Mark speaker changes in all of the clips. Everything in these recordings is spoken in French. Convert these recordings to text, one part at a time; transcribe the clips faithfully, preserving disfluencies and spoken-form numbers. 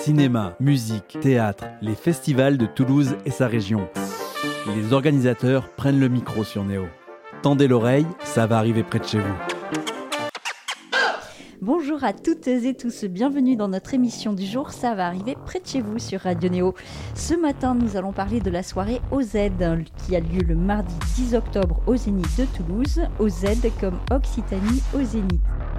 Speaker 1: Cinéma, musique, théâtre, les festivals de Toulouse et sa région. Les organisateurs prennent le micro sur Néo. Tendez l'oreille, ça va arriver près de chez vous.
Speaker 2: Bonjour à toutes et tous, bienvenue dans notre émission du jour, ça va arriver près de chez vous sur Radio Néo. Ce matin, nous allons parler de la soirée O Z qui a lieu le mardi dix octobre au Zénith de Toulouse, O Z comme Occitanie au Zénith.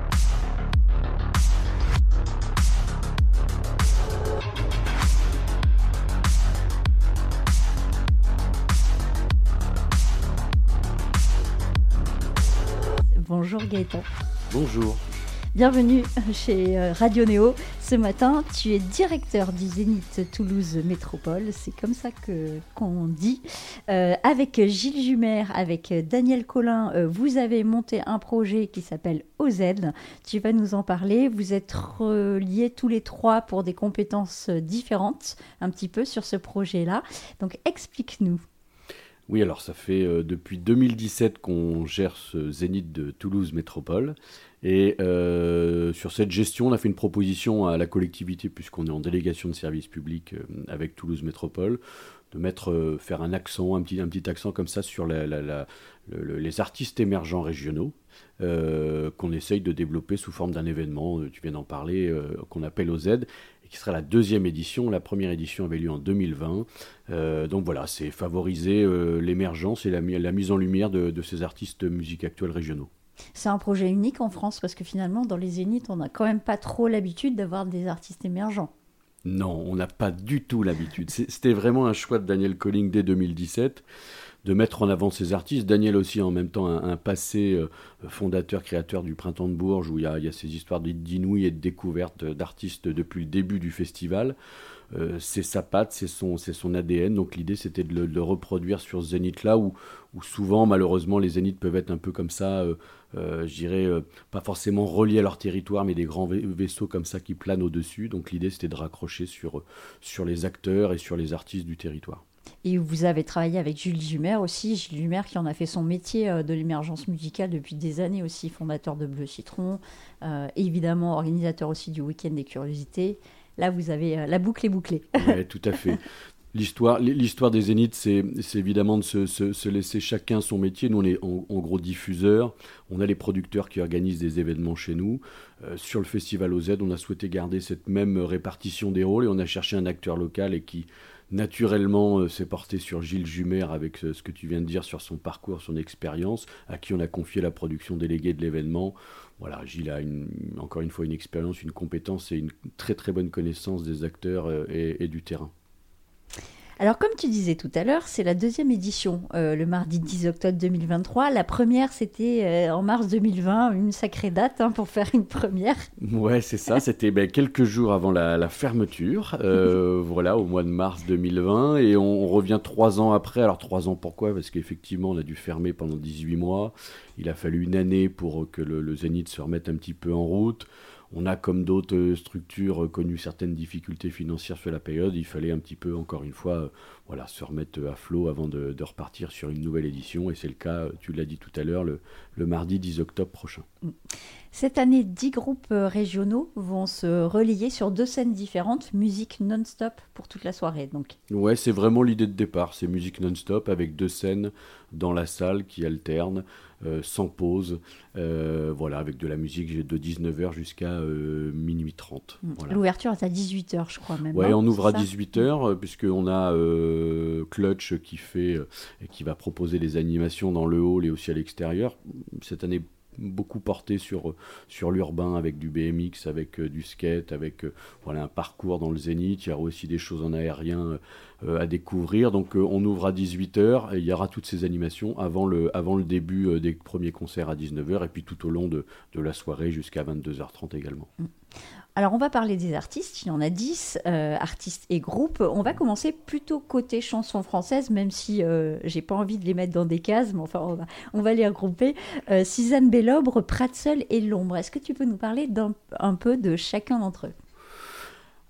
Speaker 2: Bonjour Gaëtan.
Speaker 3: Bonjour.
Speaker 2: Bienvenue chez Radio Néo. Ce matin, tu es directeur du Zénith Toulouse Métropole, c'est comme ça que, qu'on dit. Euh, avec Gilles Jumer, avec Daniel Collin, euh, vous avez monté un projet qui s'appelle O Z. Tu vas nous en parler. Vous êtes reliés tous les trois pour des compétences différentes, un petit peu sur ce projet-là. Donc explique-nous.
Speaker 3: Oui, alors ça fait euh, depuis deux mille dix-sept qu'on gère ce Zénith de Toulouse Métropole. Et euh, sur cette gestion, on a fait une proposition à la collectivité, puisqu'on est en délégation de service public euh, avec Toulouse Métropole, de mettre, euh, faire un accent, un petit, un petit accent comme ça sur la, la, la, le, les artistes émergents régionaux euh, qu'on essaye de développer sous forme d'un événement, euh, tu viens d'en parler, euh, qu'on appelle O Z, et qui sera la deuxième édition. La première édition avait lieu en deux mille vingt. Euh, donc voilà, c'est favoriser euh, l'émergence et la, la mise en lumière de, de ces artistes musique actuelle régionaux.
Speaker 2: C'est un projet unique en France parce que finalement, dans les Zéniths, on n'a quand même pas trop l'habitude d'avoir des artistes émergents.
Speaker 3: Non, on n'a pas du tout l'habitude. C'était vraiment un choix de Daniel Collin dès deux mille dix-sept de mettre en avant ces artistes. Daniel aussi en même temps un, un passé euh, fondateur, créateur du Printemps de Bourges où il y a, il y a ces histoires d'inouïs et de découvertes d'artistes depuis le début du festival. Euh, c'est sa patte, c'est son, c'est son A D N. Donc l'idée c'était de le, de le reproduire sur ce Zénith-là où, où souvent malheureusement les Zéniths peuvent être un peu comme ça, euh, euh, je dirais euh, pas forcément reliés à leur territoire mais des grands vaisseaux comme ça qui planent au-dessus. Donc l'idée c'était de raccrocher sur, sur les acteurs et sur les artistes du territoire.
Speaker 2: Et vous avez travaillé avec Gilles Jumer aussi, Gilles Jumer qui en a fait son métier de l'émergence musicale depuis des années aussi, fondateur de Bleu Citron, euh, évidemment organisateur aussi du Week-end des Curiosités. Là, vous avez euh, la boucle est bouclée.
Speaker 3: Oui, tout à fait. L'histoire, l'histoire des Zéniths, c'est, c'est évidemment de se, se, se laisser chacun son métier. Nous, on est en, en gros diffuseurs. On a les producteurs qui organisent des événements chez nous. Euh, sur le festival O Z, on a souhaité garder cette même répartition des rôles et on a cherché un acteur local et qui, naturellement, euh, s'est porté sur Gilles Jumer avec euh, ce que tu viens de dire sur son parcours, son expérience, à qui on a confié la production déléguée de l'événement. Voilà, Gilles a une, encore une fois une expérience, une compétence et une très très bonne connaissance des acteurs euh, et, et du terrain.
Speaker 2: Alors comme tu disais tout à l'heure, c'est la deuxième édition, euh, le mardi dix octobre deux mille vingt-trois. La première, c'était euh, en mars deux mille vingt, une sacrée date hein, pour faire une première.
Speaker 3: Ouais, c'est ça, c'était ben, quelques jours avant la, la fermeture, euh, voilà, au mois de mars deux mille vingt, et on, on revient trois ans après. Alors trois ans pourquoi ? Parce qu'effectivement, on a dû fermer pendant dix-huit mois. Il a fallu une année pour que le, le Zénith se remette un petit peu en route. On a, comme d'autres structures, connu certaines difficultés financières sur la période. Il fallait un petit peu, encore une fois, euh, voilà, se remettre à flot avant de, de repartir sur une nouvelle édition. Et c'est le cas, tu l'as dit tout à l'heure, le, le mardi dix octobre prochain.
Speaker 2: Cette année, dix groupes régionaux vont se relayer sur deux scènes différentes, musique non-stop pour toute la soirée. Donc.
Speaker 3: Ouais, c'est vraiment l'idée de départ. C'est musique non-stop avec deux scènes dans la salle qui alternent. Euh, sans pause, euh, voilà, avec de la musique de dix-neuf heures jusqu'à euh, minuit trente. Voilà.
Speaker 2: L'ouverture est à dix-huit heures, je crois même.
Speaker 3: Oui,
Speaker 2: hein,
Speaker 3: on ouvre à dix-huit heures, euh, puisqu'on a euh, Clutch qui, fait, euh, qui va proposer les animations dans le hall et aussi à l'extérieur. Cette année, beaucoup porté sur, sur l'urbain avec du B M X, avec euh, du skate, avec euh, voilà, un parcours dans le Zénith. Il y aura aussi des choses en aérien euh, à découvrir. Donc euh, on ouvre à dix-huit heures et il y aura toutes ces animations avant le, avant le début euh, des premiers concerts à dix-neuf heures et puis tout au long de, de la soirée jusqu'à vingt-deux heures trente également.
Speaker 2: Alors on va parler des artistes, il y en a dix, euh, artistes et groupes. On va commencer plutôt côté chanson française, même si euh, j'ai pas envie de les mettre dans des cases, mais enfin on va, on va les regrouper. Euh, Suzanne Bellobre, Pratseul et L'Ombre. Est-ce que tu peux nous parler d'un un peu de chacun d'entre eux ?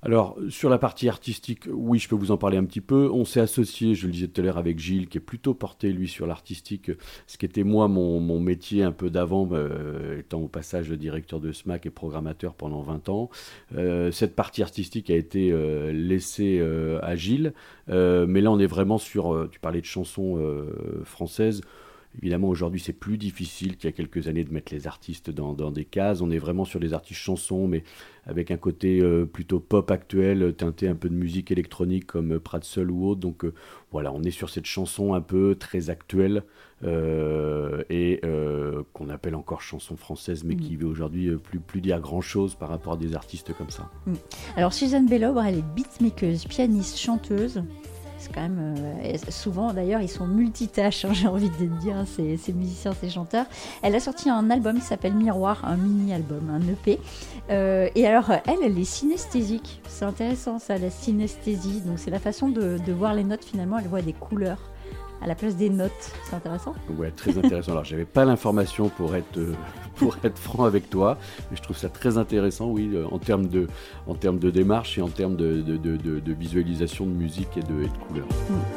Speaker 3: Alors, sur la partie artistique, oui, je peux vous en parler un petit peu. On s'est associé, je le disais tout à l'heure, avec Gilles, qui est plutôt porté, lui, sur l'artistique, ce qui était, moi, mon, mon métier un peu d'avant, euh, étant au passage directeur de S M A C et programmateur pendant vingt ans. Euh, cette partie artistique a été euh, laissée euh, à Gilles, euh, mais là, on est vraiment sur, euh, tu parlais de chansons euh, françaises. Évidemment, aujourd'hui, c'est plus difficile qu'il y a quelques années de mettre les artistes dans, dans des cases. On est vraiment sur des artistes chansons, mais avec un côté euh, plutôt pop actuel, teinté un peu de musique électronique comme Pratzel ou autre. Donc euh, voilà, on est sur cette chanson un peu très actuelle euh, et euh, qu'on appelle encore chanson française, mais mmh. qui veut aujourd'hui euh, plus, plus dire grand-chose par rapport à des artistes comme ça.
Speaker 2: Mmh. Alors, Suzanne Bellobre, elle est beatmakeuse, pianiste, chanteuse. C'est quand même euh, souvent d'ailleurs ils sont multitâches, hein, j'ai envie de te dire, ces, ces musiciens, ces chanteurs. Elle a sorti un album qui s'appelle Miroir, un mini-album, un E P. Euh, et alors elle, elle est synesthésique. C'est intéressant ça, la synesthésie. Donc c'est la façon de, de voir les notes finalement. Elle voit des couleurs à la place des notes. C'est intéressant.
Speaker 3: Ouais, très intéressant. Alors j'avais pas l'information pour être euh, pour être franc avec toi, mais je trouve ça très intéressant, oui, euh, en termes de en termes de démarche et en termes de de, de, de, de visualisation de musique et de, et de couleurs. Mmh.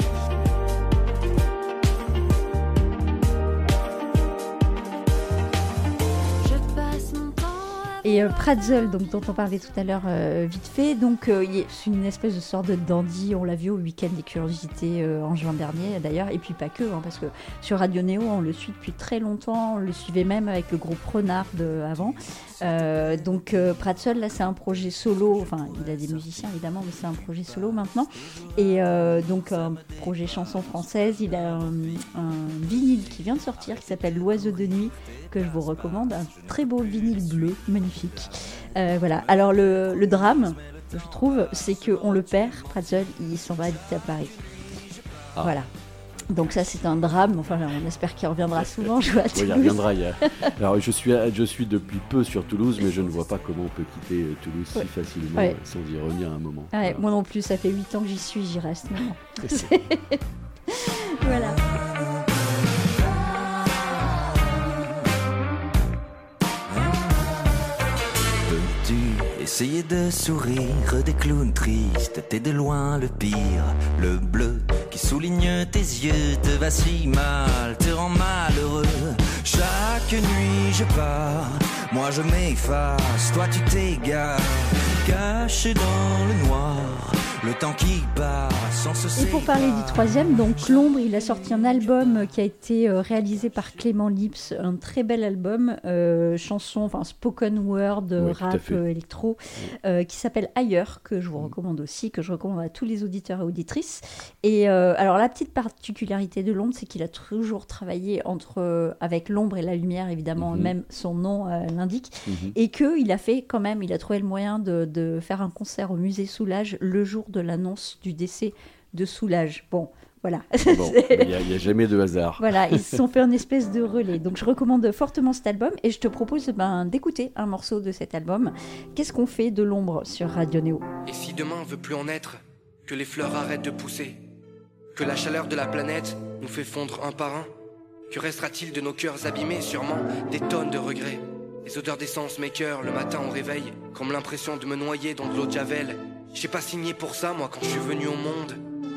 Speaker 2: Et euh, Pratzel, donc, dont on parlait tout à l'heure euh, vite fait, donc euh, c'est une espèce de sorte de dandy, on l'a vu au Week-end des Curiosités euh, en juin dernier d'ailleurs, et puis pas que, hein, parce que sur Radio Néo on le suit depuis très longtemps, on le suivait même avec le groupe Renard de, avant. Euh, donc euh, Pratzel, là c'est un projet solo, enfin il a des musiciens évidemment, mais c'est un projet solo maintenant, et euh, donc un projet chanson française. Il a un, un vinyle qui vient de sortir qui s'appelle L'Oiseau de nuit, que je vous recommande, un très beau vinyle bleu, magnifique. Euh, voilà. Alors le, le drame, je trouve, c'est qu'on le perd, Pratzel, il s'en va habiter à Paris. Ah. Voilà. Donc ça c'est un drame, enfin on espère qu'il reviendra souvent jouer à Toulouse.
Speaker 3: Oui, il reviendra. Il y a... Alors je suis, je suis depuis peu sur Toulouse, mais je ne vois pas comment on peut quitter Toulouse ouais. si facilement ouais. sans y revenir à un moment.
Speaker 2: Ouais, voilà. Moi non plus, ça fait huit ans que j'y suis, j'y reste. Voilà.
Speaker 4: Essayer de sourire des clowns tristes, t'es de loin le pire. Le bleu qui souligne tes yeux te va si mal, te rend malheureux. Chaque nuit je pars, moi je m'efface, toi tu t'égares, caché dans le noir. Le temps qui passe, on se sépare.
Speaker 2: Et pour parler du troisième, donc L'Ombre, il a sorti un album qui a été euh, réalisé par Clément Lips, un très bel album, euh, chanson, enfin spoken word, oui, rap, euh, électro, euh, qui s'appelle Ailleurs, que je vous recommande aussi, que je recommande à tous les auditeurs et auditrices. Et euh, alors la petite particularité de L'Ombre, c'est qu'il a toujours travaillé entre, euh, avec l'ombre et la lumière, évidemment, mm-hmm. même son nom euh, l'indique, mm-hmm. et qu'il a fait quand même, il a trouvé le moyen de, de faire un concert au musée Soulage le jour de l'annonce du décès de Soulage. Bon, voilà.
Speaker 3: Bon, il n'y a, a jamais de hasard.
Speaker 2: Voilà, ils se sont fait une espèce de relais. Donc, je recommande fortement cet album et je te propose ben, d'écouter un morceau de cet album. Qu'est-ce qu'on fait de l'ombre sur Radio Néo ?
Speaker 5: Et si demain on veut plus en être, que les fleurs arrêtent de pousser, que la chaleur de la planète nous fait fondre un par un, que restera-t-il de nos cœurs abîmés ? Sûrement des tonnes de regrets. Les odeurs d'essence m'écœurent le matin au réveil, comme l'impression de me noyer dans de l'eau de Javel. J'ai pas signé pour ça, moi, quand je suis venu au monde.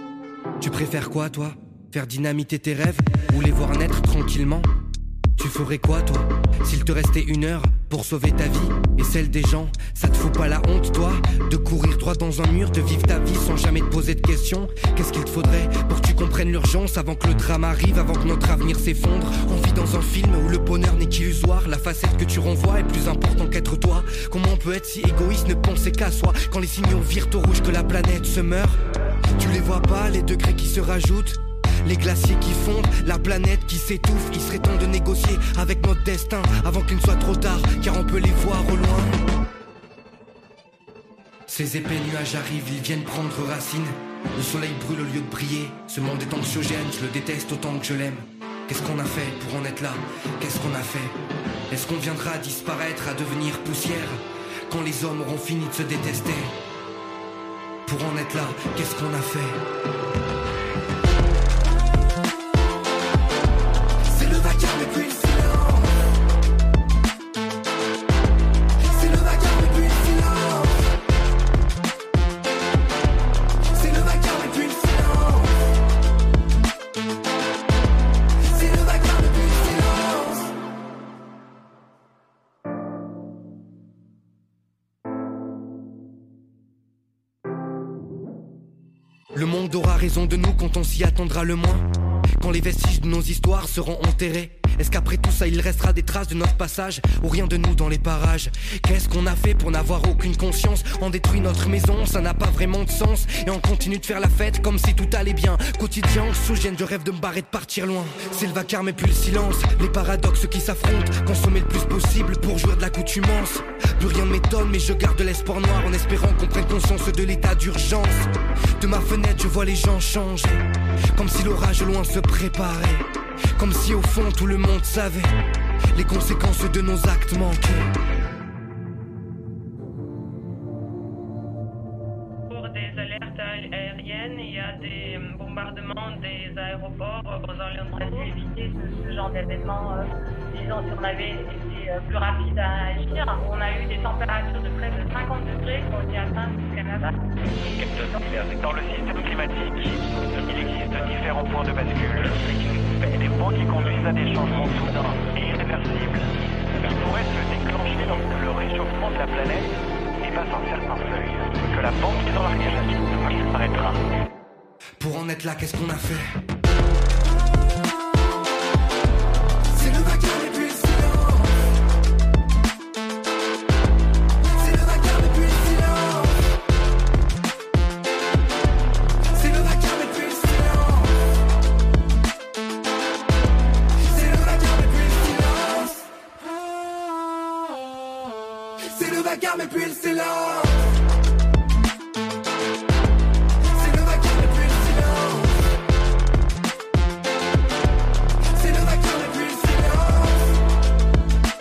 Speaker 5: Tu préfères quoi, toi ? Faire dynamiter tes rêves ou les voir naître tranquillement ? Tu ferais quoi, toi, s'il te restait une heure pour sauver ta vie et celle des gens ? Ça te fout pas la honte, toi, de courir droit dans un mur, de vivre ta vie sans jamais te poser de questions ? Qu'est-ce qu'il te faudrait pour que tu comprennes l'urgence avant que le drame arrive, avant que notre avenir s'effondre ? On vit dans un film où le bonheur n'est qu'illusoire, la facette que tu renvoies est plus importante qu'être toi. Comment on peut être si égoïste, ne penser qu'à soi, quand les signaux virent au rouge que la planète se meurt ? Tu les vois pas, les degrés qui se rajoutent ? Les glaciers qui fondent, la planète qui s'étouffe. Il serait temps de négocier avec notre destin avant qu'il ne soit trop tard, car on peut les voir au loin. Ces épais nuages arrivent, ils viennent prendre racine. Le soleil brûle au lieu de briller. Ce monde est anxiogène, je le déteste autant que je l'aime. Qu'est-ce qu'on a fait pour en être là ? Qu'est-ce qu'on a fait ? Est-ce qu'on viendra disparaître, à devenir poussière, quand les hommes auront fini de se détester ? Pour en être là, qu'est-ce qu'on a fait ? Le monde aura raison de nous quand on s'y attendra le moins. Quand les vestiges de nos histoires seront enterrés. Est-ce qu'après tout ça il restera des traces de notre passage, ou rien de nous dans les parages? Qu'est-ce qu'on a fait pour n'avoir aucune conscience? On détruit notre maison, ça n'a pas vraiment de sens. Et on continue de faire la fête comme si tout allait bien. Quotidien, anxiogène, je rêve de me barrer, de partir loin. C'est le vacarme et puis le silence, les paradoxes qui s'affrontent. Consommer le plus possible pour jouir de l'accoutumance. Plus rien ne m'étonne mais je garde l'espoir noir, en espérant qu'on prenne conscience de l'état d'urgence. De ma fenêtre je vois les gens changer, comme si l'orage loin se préparait. Comme si au fond tout le monde savait les conséquences de nos actes manqués.
Speaker 6: Pour des alertes aériennes, il y a des bombardements des aéroports aux Orléans.
Speaker 7: On a dû éviter ce, ce genre d'événement. Euh, disons, si on avait été euh, plus rapide à agir, on a eu des températures de près de cinquante degrés qui ont été atteintes au Canada.
Speaker 8: Dans le système climatique, il existe différents points de bascule. Des points qui conduisent à des changements soudains et irréversibles qui pourraient se déclencher lorsque le réchauffement de la planète dépasse un certain seuil, que la bombe qui est dans l'arrière disparaîtra.
Speaker 5: Pour en être là, qu'est-ce qu'on a fait?
Speaker 9: vacarme et puis le silence. C'est le vacarme et puis le silence. C'est le vacarme et puis le silence.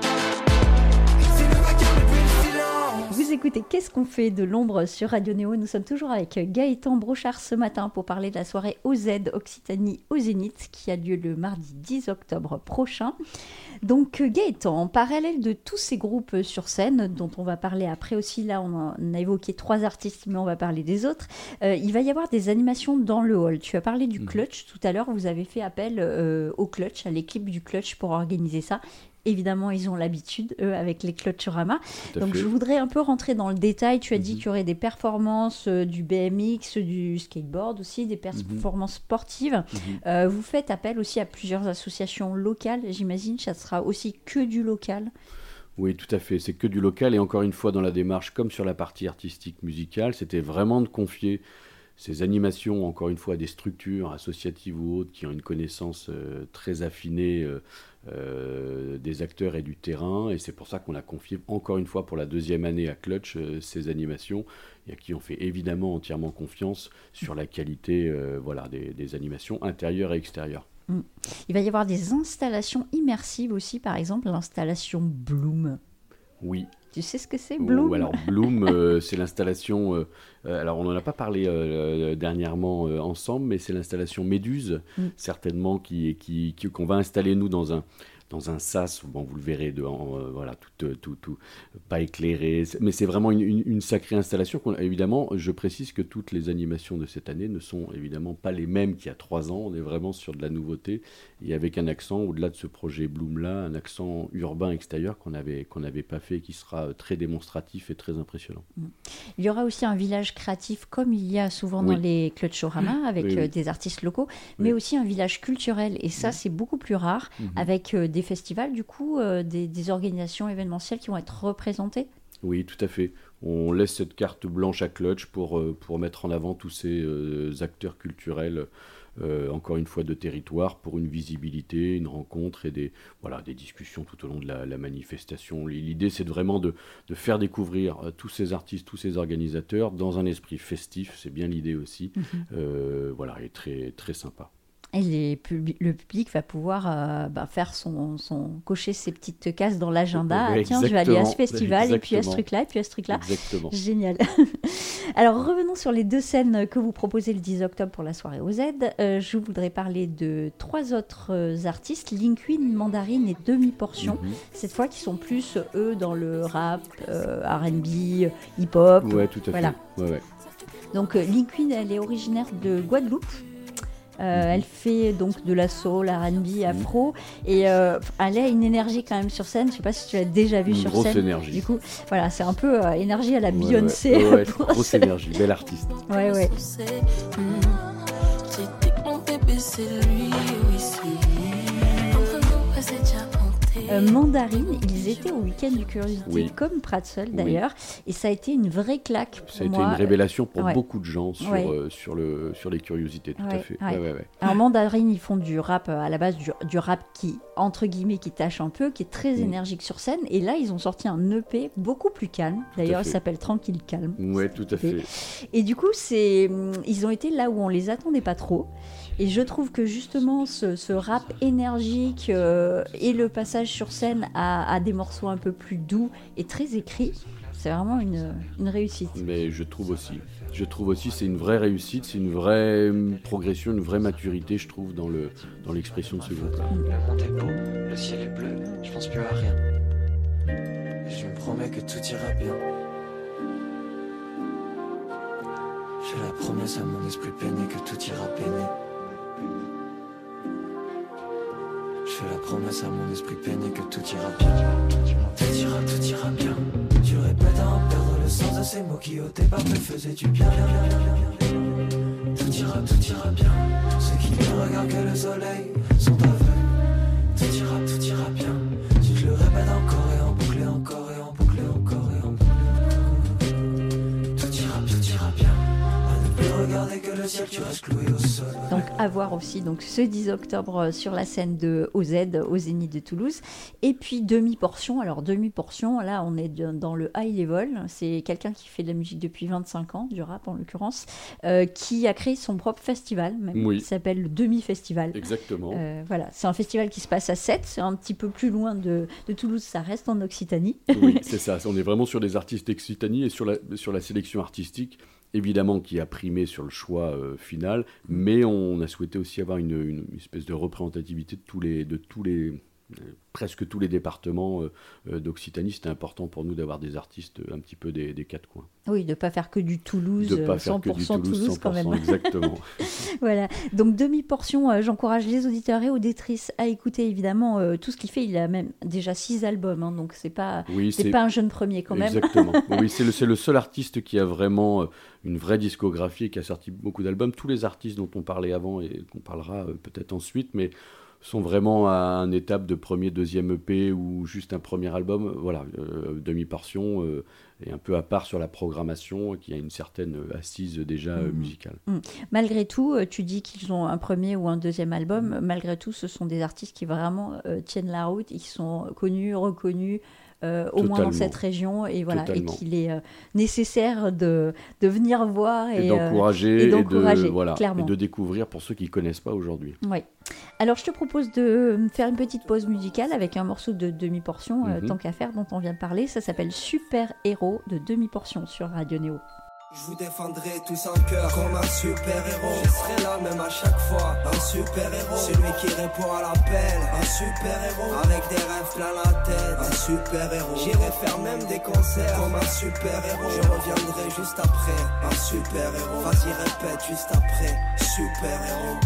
Speaker 9: C'est le vacarme et puis le silence.
Speaker 2: Vous écoutez Qu'est-ce qu'on fait de l'ombre sur Radio Néo. Nous sommes toujours avec Gaëtan Brochard ce matin pour parler de la soirée O Z Occitanie au Zénith qui a lieu le mardi dix octobre prochain. Donc Gaëtan, en parallèle de tous ces groupes sur scène, dont on va parler après aussi, là on a évoqué trois artistes, mais on va parler des autres, euh, il va y avoir des animations dans le hall. Tu as parlé du Clutch tout à l'heure, vous avez fait appel euh, au Clutch, à l'équipe du Clutch pour organiser ça. Évidemment, ils ont l'habitude, eux, avec les Clutchorama. Donc, fait. Je voudrais un peu rentrer dans le détail. Tu as mm-hmm. dit qu'il y aurait des performances euh, du B M X, du skateboard aussi, des performances mm-hmm. sportives. Mm-hmm. Euh, vous faites appel aussi à plusieurs associations locales, j'imagine. Ça sera aussi que du local.
Speaker 3: Oui, tout à fait. C'est que du local. Et encore une fois, dans la démarche, comme sur la partie artistique musicale, c'était vraiment de confier ces animations, encore une fois, à des structures associatives ou autres qui ont une connaissance euh, très affinée euh, euh, des acteurs et du terrain. Et c'est pour ça qu'on a confié, encore une fois, pour la deuxième année à Clutch, euh, ces animations, et à qui on fait évidemment entièrement confiance sur la qualité euh, voilà, des, des animations intérieures et extérieures.
Speaker 2: Mmh. Il va y avoir des installations immersives aussi, par exemple l'installation Bloom.
Speaker 3: Oui.
Speaker 2: Tu sais ce que c'est, Bloom ?
Speaker 3: Oh, alors, Bloom, euh, c'est l'installation... Euh, euh, alors, on n'en a pas parlé euh, dernièrement euh, ensemble, mais c'est l'installation Méduse, mm. certainement, qui, qui, qui, qu'on va installer, nous, dans un, dans un sas. Bon, vous le verrez, de, en, euh, voilà, tout, tout, tout, pas éclairé. Mais c'est vraiment une, une, une sacrée installation. Qu'on, évidemment, je précise que toutes les animations de cette année ne sont évidemment pas les mêmes qu'il y a trois ans. On est vraiment sur de la nouveauté. Et avec un accent, au-delà de ce projet Bloom-là, un accent urbain extérieur qu'on n'avait qu'on n'avait pas fait, qui sera très démonstratif et très impressionnant.
Speaker 2: Il y aura aussi un village créatif, comme il y a souvent oui. dans les Clutchorama, avec oui, oui. des artistes locaux, mais oui. aussi un village culturel. Et ça, oui. c'est beaucoup plus rare, mm-hmm. avec des festivals, du coup, euh, des, des organisations événementielles qui vont être représentées.
Speaker 3: Oui, tout à fait. On laisse cette carte blanche à Clutch pour, pour mettre en avant tous ces euh, acteurs culturels, euh, encore une fois de territoire, pour une visibilité, une rencontre et des, voilà, des discussions tout au long de la, la manifestation. L'idée, c'est de vraiment de, de faire découvrir euh, tous ces artistes, tous ces organisateurs dans un esprit festif. C'est bien l'idée aussi. Mm-hmm. Euh, voilà, et très, très sympa.
Speaker 2: Et les pub- le public va pouvoir euh, bah, faire son, son cocher ses petites cases dans l'agenda. Oui, Tiens, je vais aller à ce festival, exactement. Et puis à ce truc-là, et puis à ce truc-là.
Speaker 3: Exactement.
Speaker 2: Génial. Alors, revenons sur les deux scènes que vous proposez le dix octobre pour la soirée O Z. Euh, je voudrais parler de trois autres euh, artistes, Linqueen, Mandarine et Demi-Portion. Mm-hmm. Cette fois, qui sont plus, eux, dans le rap, euh, R and B, hip-hop.
Speaker 3: Ouais, tout à
Speaker 2: voilà.
Speaker 3: fait. Ouais, ouais.
Speaker 2: Donc, euh, Linqueen, elle est originaire de Guadeloupe. Euh,
Speaker 3: Mhm.
Speaker 2: Elle fait donc de la soul, R and B, afro. Et euh, elle a une énergie quand même sur scène. Je sais pas si tu l'as déjà vue
Speaker 3: Une
Speaker 2: sur
Speaker 3: grosse
Speaker 2: scène.
Speaker 3: énergie.
Speaker 2: Du coup, voilà, c'est un peu euh, énergie à la
Speaker 3: Ouais,
Speaker 2: Beyoncé.
Speaker 3: ouais, ouais,
Speaker 2: pour
Speaker 3: grosse
Speaker 2: ce-
Speaker 3: énergie, belle artiste.
Speaker 2: Ouais, ouais.
Speaker 10: J'ai dit que mon bébé c'est lui, oui c'est lui. Entre nous, ouais, c'est déjà monté.
Speaker 2: Euh, Mandarine, ils étaient au week-end du Curiosité,
Speaker 3: Oui.
Speaker 2: comme Pratzel
Speaker 3: Oui.
Speaker 2: d'ailleurs, et ça a été une vraie claque pour
Speaker 3: Ça a été
Speaker 2: moi.
Speaker 3: une révélation pour
Speaker 2: Ouais.
Speaker 3: beaucoup de gens sur,
Speaker 2: Ouais.
Speaker 3: euh, sur, le, sur les curiosités, tout à
Speaker 2: Ouais,
Speaker 3: fait.
Speaker 2: ouais.
Speaker 3: Ouais, ouais, ouais.
Speaker 2: Alors Mandarine, ils font du rap euh, à la base, du, du rap qui, entre guillemets, qui tâche un peu, qui est très
Speaker 3: Mm.
Speaker 2: énergique sur scène, et là ils ont sorti un E P beaucoup plus calme,
Speaker 3: à
Speaker 2: d'ailleurs il
Speaker 3: fait.
Speaker 2: s'appelle Tranquille Calme.
Speaker 3: Ouais, tout à
Speaker 2: Et-
Speaker 3: fait.
Speaker 2: Et du coup, c'est, hum, ils ont été là où on les attendait pas trop. Et je trouve que justement, ce, ce rap énergique euh, et le passage sur scène à, à des morceaux un peu plus doux et très écrits, c'est vraiment une, une réussite.
Speaker 3: Mais je trouve aussi. Je trouve aussi c'est une vraie réussite, c'est une vraie hum, progression, une vraie maturité, je trouve, dans, le, dans l'expression de ce groupe-là.
Speaker 11: Le monde est beau, le ciel est bleu, je pense plus à rien. Je me promets que tout ira bien. Je fais la promesse à mon esprit peiné que tout ira peiné. Je fais la promesse à mon esprit peiné que tout ira bien. Tout ira, tout ira bien. Tu répètes à en perdre le sens de ces mots qui au départ me faisaient du bien. Tout ira, tout ira bien. Ceux qui ne regardent que le soleil sont aveugles. Tout ira, tout ira bien. Si je le répète encore et en boucle et encore et en boucle et encore et en boucle. Tout ira, tout ira bien. À ne plus regarder que le ciel, tu restes cloué au sol.
Speaker 2: Donc à voir aussi donc, ce dix octobre euh, sur la scène de O Z, au Zénith de Toulouse. Et puis demi-portion, alors demi-portion, là on est de- dans le high level, c'est quelqu'un qui fait de la musique depuis vingt-cinq ans, du rap en l'occurrence, euh, qui a créé son propre festival, même,
Speaker 3: Oui.
Speaker 2: qui s'appelle le Demi-Festival.
Speaker 3: Exactement.
Speaker 2: Euh, voilà, c'est un festival qui se passe à Sète, c'est un petit peu plus loin de, de Toulouse, ça reste en Occitanie.
Speaker 3: Oui, c'est ça. On est vraiment sur des artistes d'Occitanie et sur la, sur la sélection artistique, évidemment, qui a primé sur le choix euh, final, mais on a souhaité aussi avoir une, une espèce de représentativité de tous les, de tous les, euh, presque tous les départements euh, euh, d'Occitanie. C'était important pour nous d'avoir des artistes un petit peu des, des quatre coins.
Speaker 2: Oui, de ne pas faire que du Toulouse,
Speaker 3: De pas
Speaker 2: euh,
Speaker 3: faire
Speaker 2: cent
Speaker 3: que
Speaker 2: pour
Speaker 3: du
Speaker 2: cent
Speaker 3: Toulouse,
Speaker 2: Toulouse quand même.
Speaker 3: exactement.
Speaker 2: Voilà, donc demi-portion, euh, j'encourage les auditeurs et auditrices à écouter évidemment euh, tout ce qu'il fait. Il a même déjà six albums, hein, donc c'est pas,
Speaker 3: Oui,
Speaker 2: c'est pas un jeune premier quand même.
Speaker 3: Exactement. Oui, c'est le, c'est le seul artiste qui a vraiment euh, une vraie discographie et qui a sorti beaucoup d'albums. Tous les artistes dont on parlait avant et qu'on parlera euh, peut-être ensuite, mais sont vraiment à une étape de premier, deuxième E P ou juste un premier album. Voilà, euh, demi-portion euh, et un peu à part sur la programmation, qui a une certaine assise déjà euh,
Speaker 2: Mmh.
Speaker 3: musicale.
Speaker 2: Mmh. Malgré tout, euh, tu dis qu'ils ont un premier ou un deuxième album. Malgré tout, ce sont des artistes qui vraiment euh, tiennent la route, et qui sont connus, reconnus. Euh, au moins dans
Speaker 3: Totalement.
Speaker 2: cette région, et voilà, et
Speaker 3: Totalement.
Speaker 2: qu'il est euh, nécessaire de, de venir voir et,
Speaker 3: Et
Speaker 2: euh,
Speaker 3: d'encourager
Speaker 2: et
Speaker 3: et,
Speaker 2: d'encourager,
Speaker 3: de, voilà,
Speaker 2: clairement.
Speaker 3: et de découvrir pour ceux qui ne connaissent pas aujourd'hui.
Speaker 2: Oui. Alors, je te propose de faire une petite pause musicale avec un morceau de demi-portion, euh,
Speaker 3: Mhm.
Speaker 2: tant qu'à faire, dont on vient de parler. Ça s'appelle Super Héros de demi-portion sur Radio Néo.
Speaker 9: Je vous défendrai tous en cœur comme un super-héros. Je serai là même à chaque fois, un super-héros. Celui qui répond à l'appel, un super-héros. Avec des rêves plein la tête, un super-héros. J'irai faire même des concerts comme un super-héros. Je reviendrai juste après, un super-héros. Vas-y répète juste après, super-héros.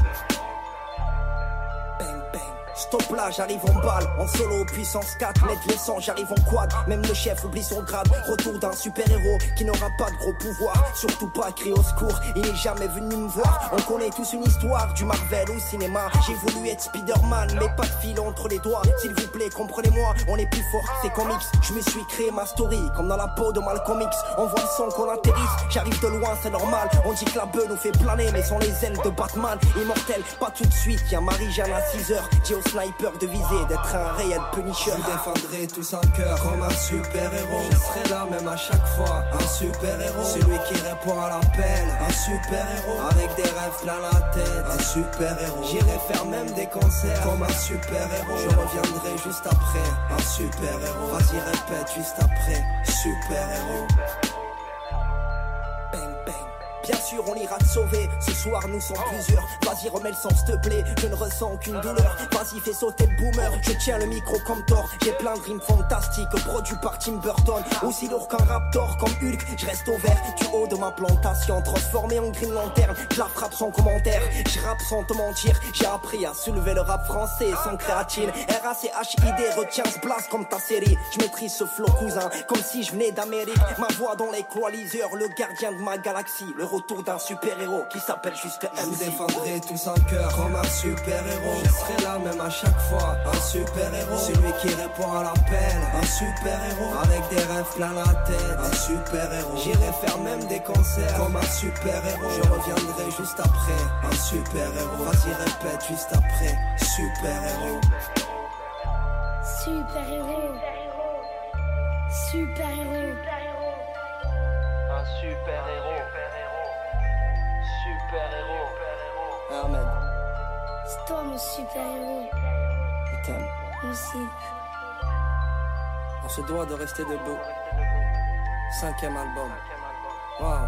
Speaker 9: Bang bang. Stop là, j'arrive en balle, en solo, puissance quatre, mettre les sons, j'arrive en quad, même le chef oublie son grade, retour d'un super-héros qui n'aura pas de gros pouvoir, surtout pas crier au secours, il n'est jamais venu me voir, on connaît tous une histoire, du Marvel au cinéma, j'ai voulu être Spider-Man, mais pas de fil entre les doigts, s'il vous plaît, comprenez-moi, on est plus fort que ces comics, je me suis créé ma story, comme dans la peau de Malcolm X, on voit le son qu'on atterrisse, j'arrive de loin, c'est normal, on dit que la beuh nous fait planer, mais sans les ailes de Batman, immortel, pas tout de suite, y'a Marie-Jeanne à six heures, j'ai au sniper de viser, d'être un réel punisher. Je vous défendrai tous en cœur comme un super-héros. Je serai là même à chaque fois, un super-héros. Celui qui répond à l'appel, un super-héros. Avec des rêves plein la tête, un super-héros. J'irai faire même des concerts comme un super-héros. Je reviendrai juste après, un super-héros. Vas-y répète juste après, super-héros. Bang bang. Bien sûr on ira te sauver, ce soir nous sommes plusieurs. Vas-y remets le sang s'il te plaît, je ne ressens aucune douleur. Vas-y fais sauter le boomer, je tiens le micro comme Thor. J'ai plein de rimes fantastiques, produits par Tim Burton. Aussi lourd qu'un raptor, comme Hulk, je reste au vert du haut de ma plantation. Transformé en green lanterne, je la frappe sans commentaire. Je rappe sans te mentir, j'ai appris à soulever le rap français sans créatine. R A C H I D, retiens ce blast comme ta série. Je maîtrise ce flow cousin, comme si je venais d'Amérique. Ma voix dans l'équaliseur, le gardien de ma galaxie. Le retour d'un super-héros qui s'appelle juste M C.
Speaker 12: Je vous défendrai tous en cœur comme un super-héros. Je serai là même à chaque fois, un super-héros. Celui qui répond à l'appel, un super-héros. Avec des rêves plein la tête, un super-héros. J'irai faire même des concerts comme un super-héros. Je reviendrai juste après, un super-héros. Vas-y répète juste après, super-héros.
Speaker 13: Super-héros. Super-héros.
Speaker 11: Un super-héros. Super-héros.
Speaker 9: Amen.
Speaker 13: C'est toi mon super-héros.
Speaker 9: Je t'aime.
Speaker 13: Moi aussi.
Speaker 9: On se doit de rester debout. Cinquième album. Waouh.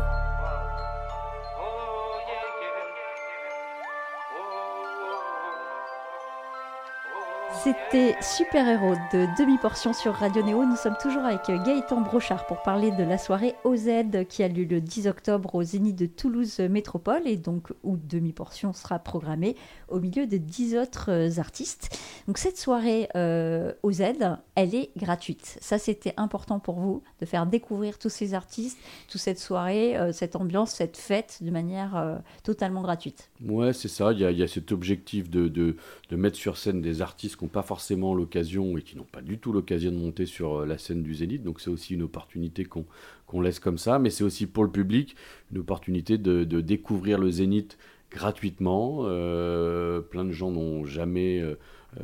Speaker 2: C'était Super Héros de Demi-Portion sur Radio Néo. Nous sommes toujours avec Gaëtan Brochard pour parler de la soirée O Z qui a lieu le dix octobre au Zénith de Toulouse Métropole et donc où Demi-Portion sera programmée au milieu de dix autres artistes. Donc cette soirée euh, O Z, elle est gratuite. Ça, c'était important pour vous de faire découvrir tous ces artistes, toute cette soirée, euh, cette ambiance, cette fête de manière euh, totalement gratuite.
Speaker 3: Ouais, c'est ça. Il y a, il y a cet objectif de, de, de mettre sur scène des artistes qui n'ont pas forcément l'occasion et qui n'ont pas du tout l'occasion de monter sur la scène du Zénith. Donc c'est aussi une opportunité qu'on, qu'on laisse comme ça. Mais c'est aussi pour le public une opportunité de, de découvrir le Zénith gratuitement. Euh, plein de gens n'ont jamais euh,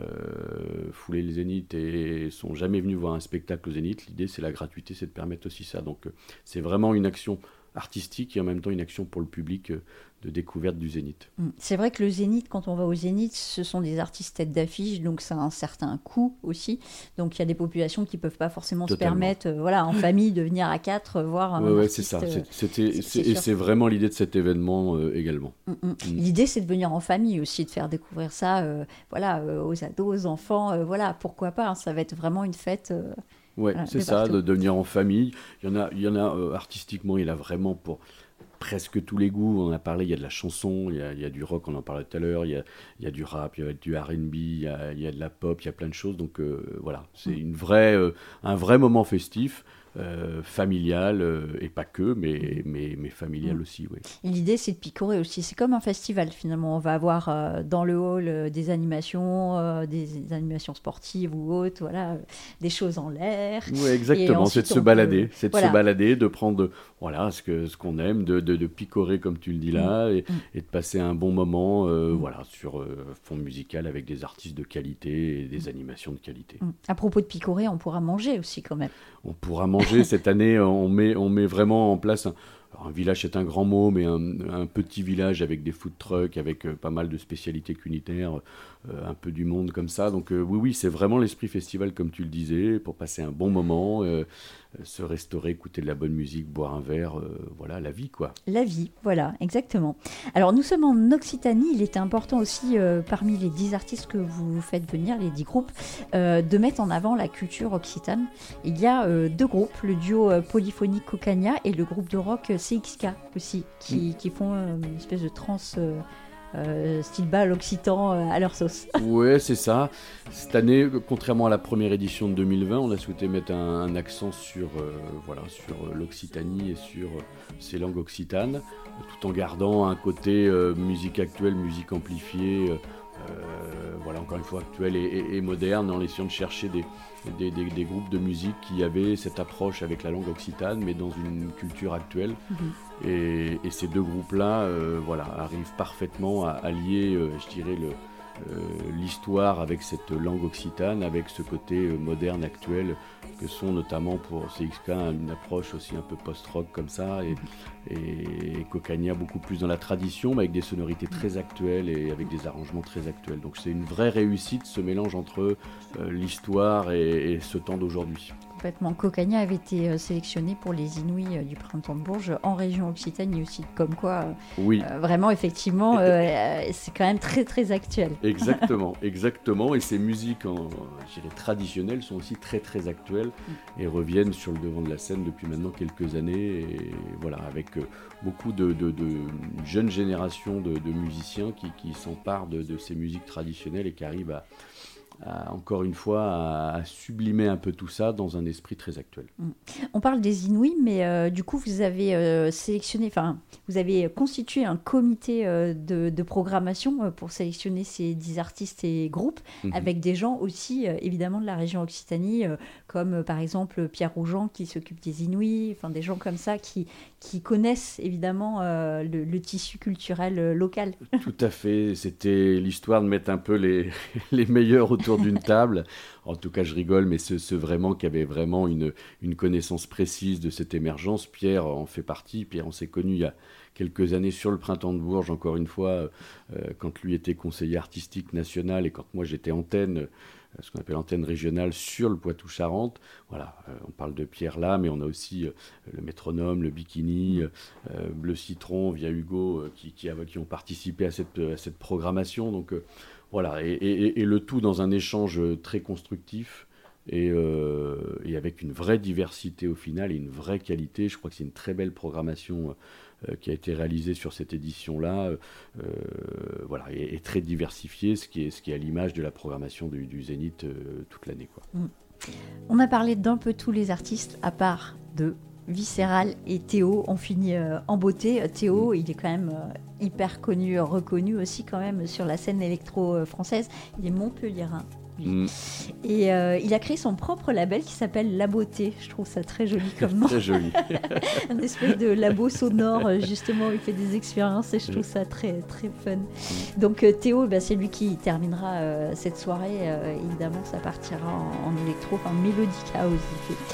Speaker 3: euh, foulé le Zénith et sont jamais venus voir un spectacle au Zénith. L'idée, c'est la gratuité, c'est de permettre aussi ça. Donc euh, c'est vraiment une action artistique et en même temps une action pour le public euh, de découverte du Zénith.
Speaker 2: C'est vrai que le Zénith, quand on va au Zénith, ce sont des artistes tête d'affiche, donc ça a un certain coût aussi. Donc il y a des populations qui ne peuvent pas forcément
Speaker 3: Totalement.
Speaker 2: se permettre, euh, voilà, en famille, de venir à quatre euh, voir un
Speaker 3: ouais,
Speaker 2: artiste.
Speaker 3: Ouais, c'est ça.
Speaker 2: Euh,
Speaker 3: C'était,
Speaker 2: c'est,
Speaker 3: c'est,
Speaker 2: c'est
Speaker 3: et c'est vraiment l'idée de cet événement euh, également.
Speaker 2: Mm-mm. Mm. L'idée, c'est de venir en famille aussi, de faire découvrir ça euh, voilà, euh, aux ados, aux enfants. Euh, voilà, pourquoi pas, hein, ça va être vraiment une fête. Euh,
Speaker 3: ouais,
Speaker 2: voilà,
Speaker 3: c'est
Speaker 2: de
Speaker 3: ça,
Speaker 2: partout.
Speaker 3: de, de venir en famille. Il y en a, il y en a euh, artistiquement, il y en a vraiment pour presque tous les goûts. On en a parlé, il y a de la chanson, il y a, il y a du rock, on en parlait tout à l'heure, il y a, il y a du rap, il y a du R and B, il y a, il y a de la pop, il y a plein de choses. Donc euh, voilà, c'est une vraie, euh, un vrai moment festif. Euh, familial euh, et pas que, mais, mais, mais familial mmh. aussi. Oui.
Speaker 2: Et l'idée, c'est de picorer aussi. C'est comme un festival finalement. On va avoir euh, dans le hall euh, des animations, euh, des, des animations sportives ou autres, voilà, euh, des choses en l'air.
Speaker 3: Oui, exactement. C'est de se balader, peut... c'est de
Speaker 2: voilà.
Speaker 3: se balader, de prendre voilà ce que ce qu'on aime, de, de, de picorer comme tu le dis là, mmh. et, mmh. et de passer un bon moment, euh, mmh. voilà, sur euh, fond musical avec des artistes de qualité et des mmh. animations de qualité.
Speaker 2: Mmh. À propos de picorer, on pourra manger aussi quand même.
Speaker 3: On pourra manger. Cette année, on met, on met vraiment en place un, alors un village, c'est un grand mot, mais un, un petit village avec des food trucks, avec euh, pas mal de spécialités culinaires, euh, un peu du monde comme ça. Donc euh, oui, oui, c'est vraiment l'esprit festival, comme tu le disais, pour passer un bon moment, euh, se restaurer, écouter de la bonne musique, boire un verre, euh, voilà, la vie, quoi.
Speaker 2: La vie, voilà, exactement. Alors, nous sommes en Occitanie. Il était important aussi, euh, parmi les dix artistes que vous faites venir, les dix groupes, euh, de mettre en avant la culture occitane. Il y a euh, deux groupes, le duo euh, polyphonique Cocania et le groupe de rock C X K aussi, qui, mmh. qui font euh, une espèce de trance... Euh, Euh, style bal occitan euh, à leur sauce.
Speaker 3: Ouais, c'est ça. Cette année, contrairement à la première édition de deux mille vingt, on a souhaité mettre un, un accent sur, euh, voilà, sur l'Occitanie et sur euh, ces langues occitanes, tout en gardant un côté euh, musique actuelle, musique amplifiée, euh, voilà, encore une fois actuelle et, et, et moderne, en essayant de chercher des, des, des, des groupes de musique qui avaient cette approche avec la langue occitane, mais dans une culture actuelle. Mm-hmm. Et, et ces deux groupes-là euh, voilà, arrivent parfaitement à allier, euh, je dirais, le, euh, l'histoire avec cette langue occitane, avec ce côté euh, moderne, actuel, que sont notamment pour C X K une approche aussi un peu post-rock comme ça, et, et, et Cocania beaucoup plus dans la tradition, mais avec des sonorités très actuelles et avec des arrangements très actuels. Donc c'est une vraie réussite, ce mélange entre euh, l'histoire et, et ce temps d'aujourd'hui.
Speaker 2: Complètement. Cocagna avait été sélectionné pour les Inouïs du Printemps de Bourges en région Occitanie aussi. Comme quoi,
Speaker 3: oui.
Speaker 2: euh, vraiment, effectivement, euh, c'est quand même très, très actuel.
Speaker 3: Exactement, exactement. Et ces musiques en, je dirais, traditionnelles sont aussi très, très actuelles et reviennent sur le devant de la scène depuis maintenant quelques années. Et voilà, avec beaucoup de, de, de jeunes générations de, de musiciens qui, qui s'emparent de, de ces musiques traditionnelles et qui arrivent à À, encore une fois, à, à sublimer un peu tout ça dans un esprit très actuel.
Speaker 2: On parle des Inouïs, mais euh, du coup, vous avez euh, sélectionné, enfin, vous avez constitué un comité euh, de, de programmation euh, pour sélectionner ces dix artistes et groupes, mmh. avec des gens aussi, euh, évidemment, de la région Occitanie, euh, comme euh, par exemple Pierre Rougeant qui s'occupe des Inouïs, enfin, des gens comme ça qui, qui connaissent évidemment euh, le, le tissu culturel euh, local.
Speaker 3: Tout à fait. C'était l'histoire de mettre un peu les, les meilleurs autour d'une table. En tout cas, je rigole, mais ceux, ceux vraiment qui avaient vraiment une, une connaissance précise de cette émergence. Pierre en fait partie. Pierre, on s'est connu il y a quelques années sur le Printemps de Bourges, encore une fois, euh, quand lui était conseiller artistique national et quand moi j'étais antenne, euh, ce qu'on appelle antenne régionale sur le Poitou-Charentes. Voilà, euh, on parle de Pierre là, mais on a aussi euh, le Métronome, le Bikini, euh, Bleu Citron, via Hugo, euh, qui, qui, qui ont participé à cette, à cette programmation. Donc, euh, Voilà, et, et, et le tout dans un échange très constructif et, euh, et avec une vraie diversité au final et une vraie qualité. Je crois que c'est une très belle programmation euh, qui a été réalisée sur cette édition-là, euh, voilà, et, et très diversifiée, ce qui est, ce qui est à l'image de la programmation du, du Zénith euh, toute l'année, quoi.
Speaker 2: Mmh. On a parlé d'un peu tous les artistes, à part de Viscéral et Théo. On finit euh, en beauté. Théo, il est quand même euh, hyper connu, reconnu aussi quand même sur la scène électro-française. Il est montpelliérain. Mm. Et euh, il a créé son propre label qui s'appelle La Beauté. Je trouve ça très joli comme nom.
Speaker 3: Très joli.
Speaker 2: Un espèce de labo sonore, justement, où il fait des expériences et je trouve ça très, très fun. Mm. Donc euh, Théo, bah, c'est lui qui terminera euh, cette soirée. Euh, évidemment, ça partira en, en électro, enfin Melodic House. Il fait.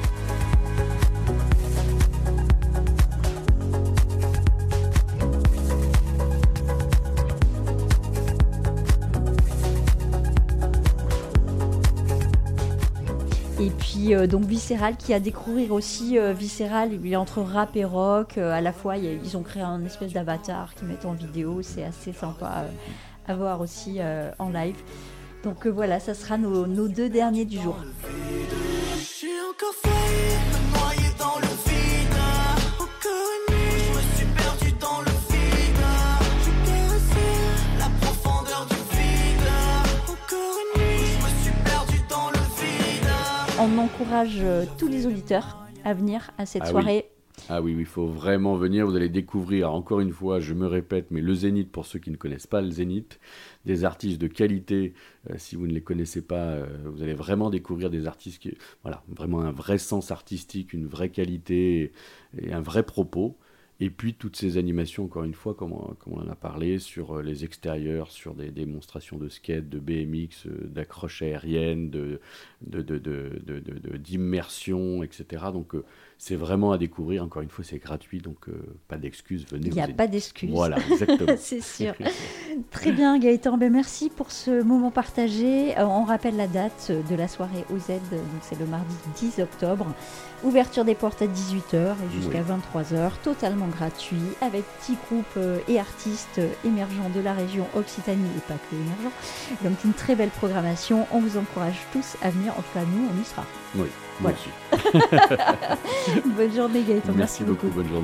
Speaker 2: Et puis euh, donc Viscéral qui a découvert aussi euh, Viscéral, il est entre rap et rock, euh, à la fois il y a, ils ont créé un espèce d'avatar qu'ils mettent en vidéo, c'est assez sympa euh, à voir aussi euh, en live. Donc euh, voilà, ça sera nos, nos deux derniers du jour.
Speaker 14: J'ai encore failli me noyer dans le vide, encore une nuit je me suis perdu dans le vide, je caressais la profondeur du vide, encore une nuit je me suis perdu dans le vide.
Speaker 2: On encourage euh, tous les auditeurs à venir à cette
Speaker 3: ah
Speaker 2: soirée.
Speaker 3: Oui. Ah oui, il faut vraiment venir, vous allez découvrir, encore une fois, je me répète, mais le Zénith, pour ceux qui ne connaissent pas le Zénith, des artistes de qualité, euh, si vous ne les connaissez pas, euh, vous allez vraiment découvrir des artistes qui, voilà, vraiment un vrai sens artistique, une vraie qualité et, et un vrai propos. Et puis toutes ces animations, encore une fois, comme on, comme on en a parlé, sur les extérieurs, sur des démonstrations de skate, de B M X, d'accroche aérienne, de, de, de, de, de, de, de, d'immersion, et cetera. Donc euh, c'est vraiment à découvrir. Encore une fois, c'est gratuit, donc euh, pas d'excuses. Venez.
Speaker 2: Il n'y a pas d'excuses.
Speaker 3: Voilà, exactement.
Speaker 2: C'est sûr. Très bien, Gaëtan. Ben, merci pour ce moment partagé. Euh, on rappelle la date de la soirée O Z. Donc c'est le mardi dix octobre. Ouverture des portes à dix-huit heures et jusqu'à oui. vingt-trois heures, totalement gratuit, avec petits groupes euh, et artistes euh, émergents de la région Occitanie et pas que émergents. Donc une très belle programmation, on vous encourage tous à venir, en tout cas nous on y sera.
Speaker 3: Oui, moi
Speaker 2: voilà. aussi. Bonne journée Gaëtan.
Speaker 3: Merci,
Speaker 2: merci
Speaker 3: beaucoup,
Speaker 2: beaucoup,
Speaker 3: bonne journée.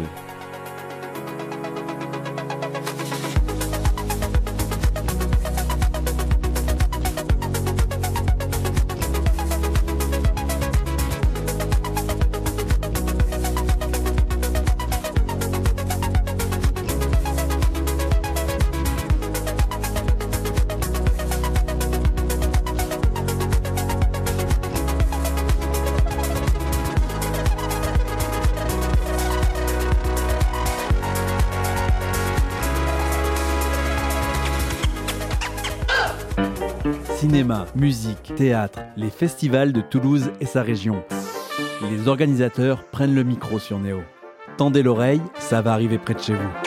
Speaker 1: Cinéma, musique, théâtre, les festivals de Toulouse et sa région. Les organisateurs prennent le micro sur Néo. Tendez l'oreille, ça va arriver près de chez vous.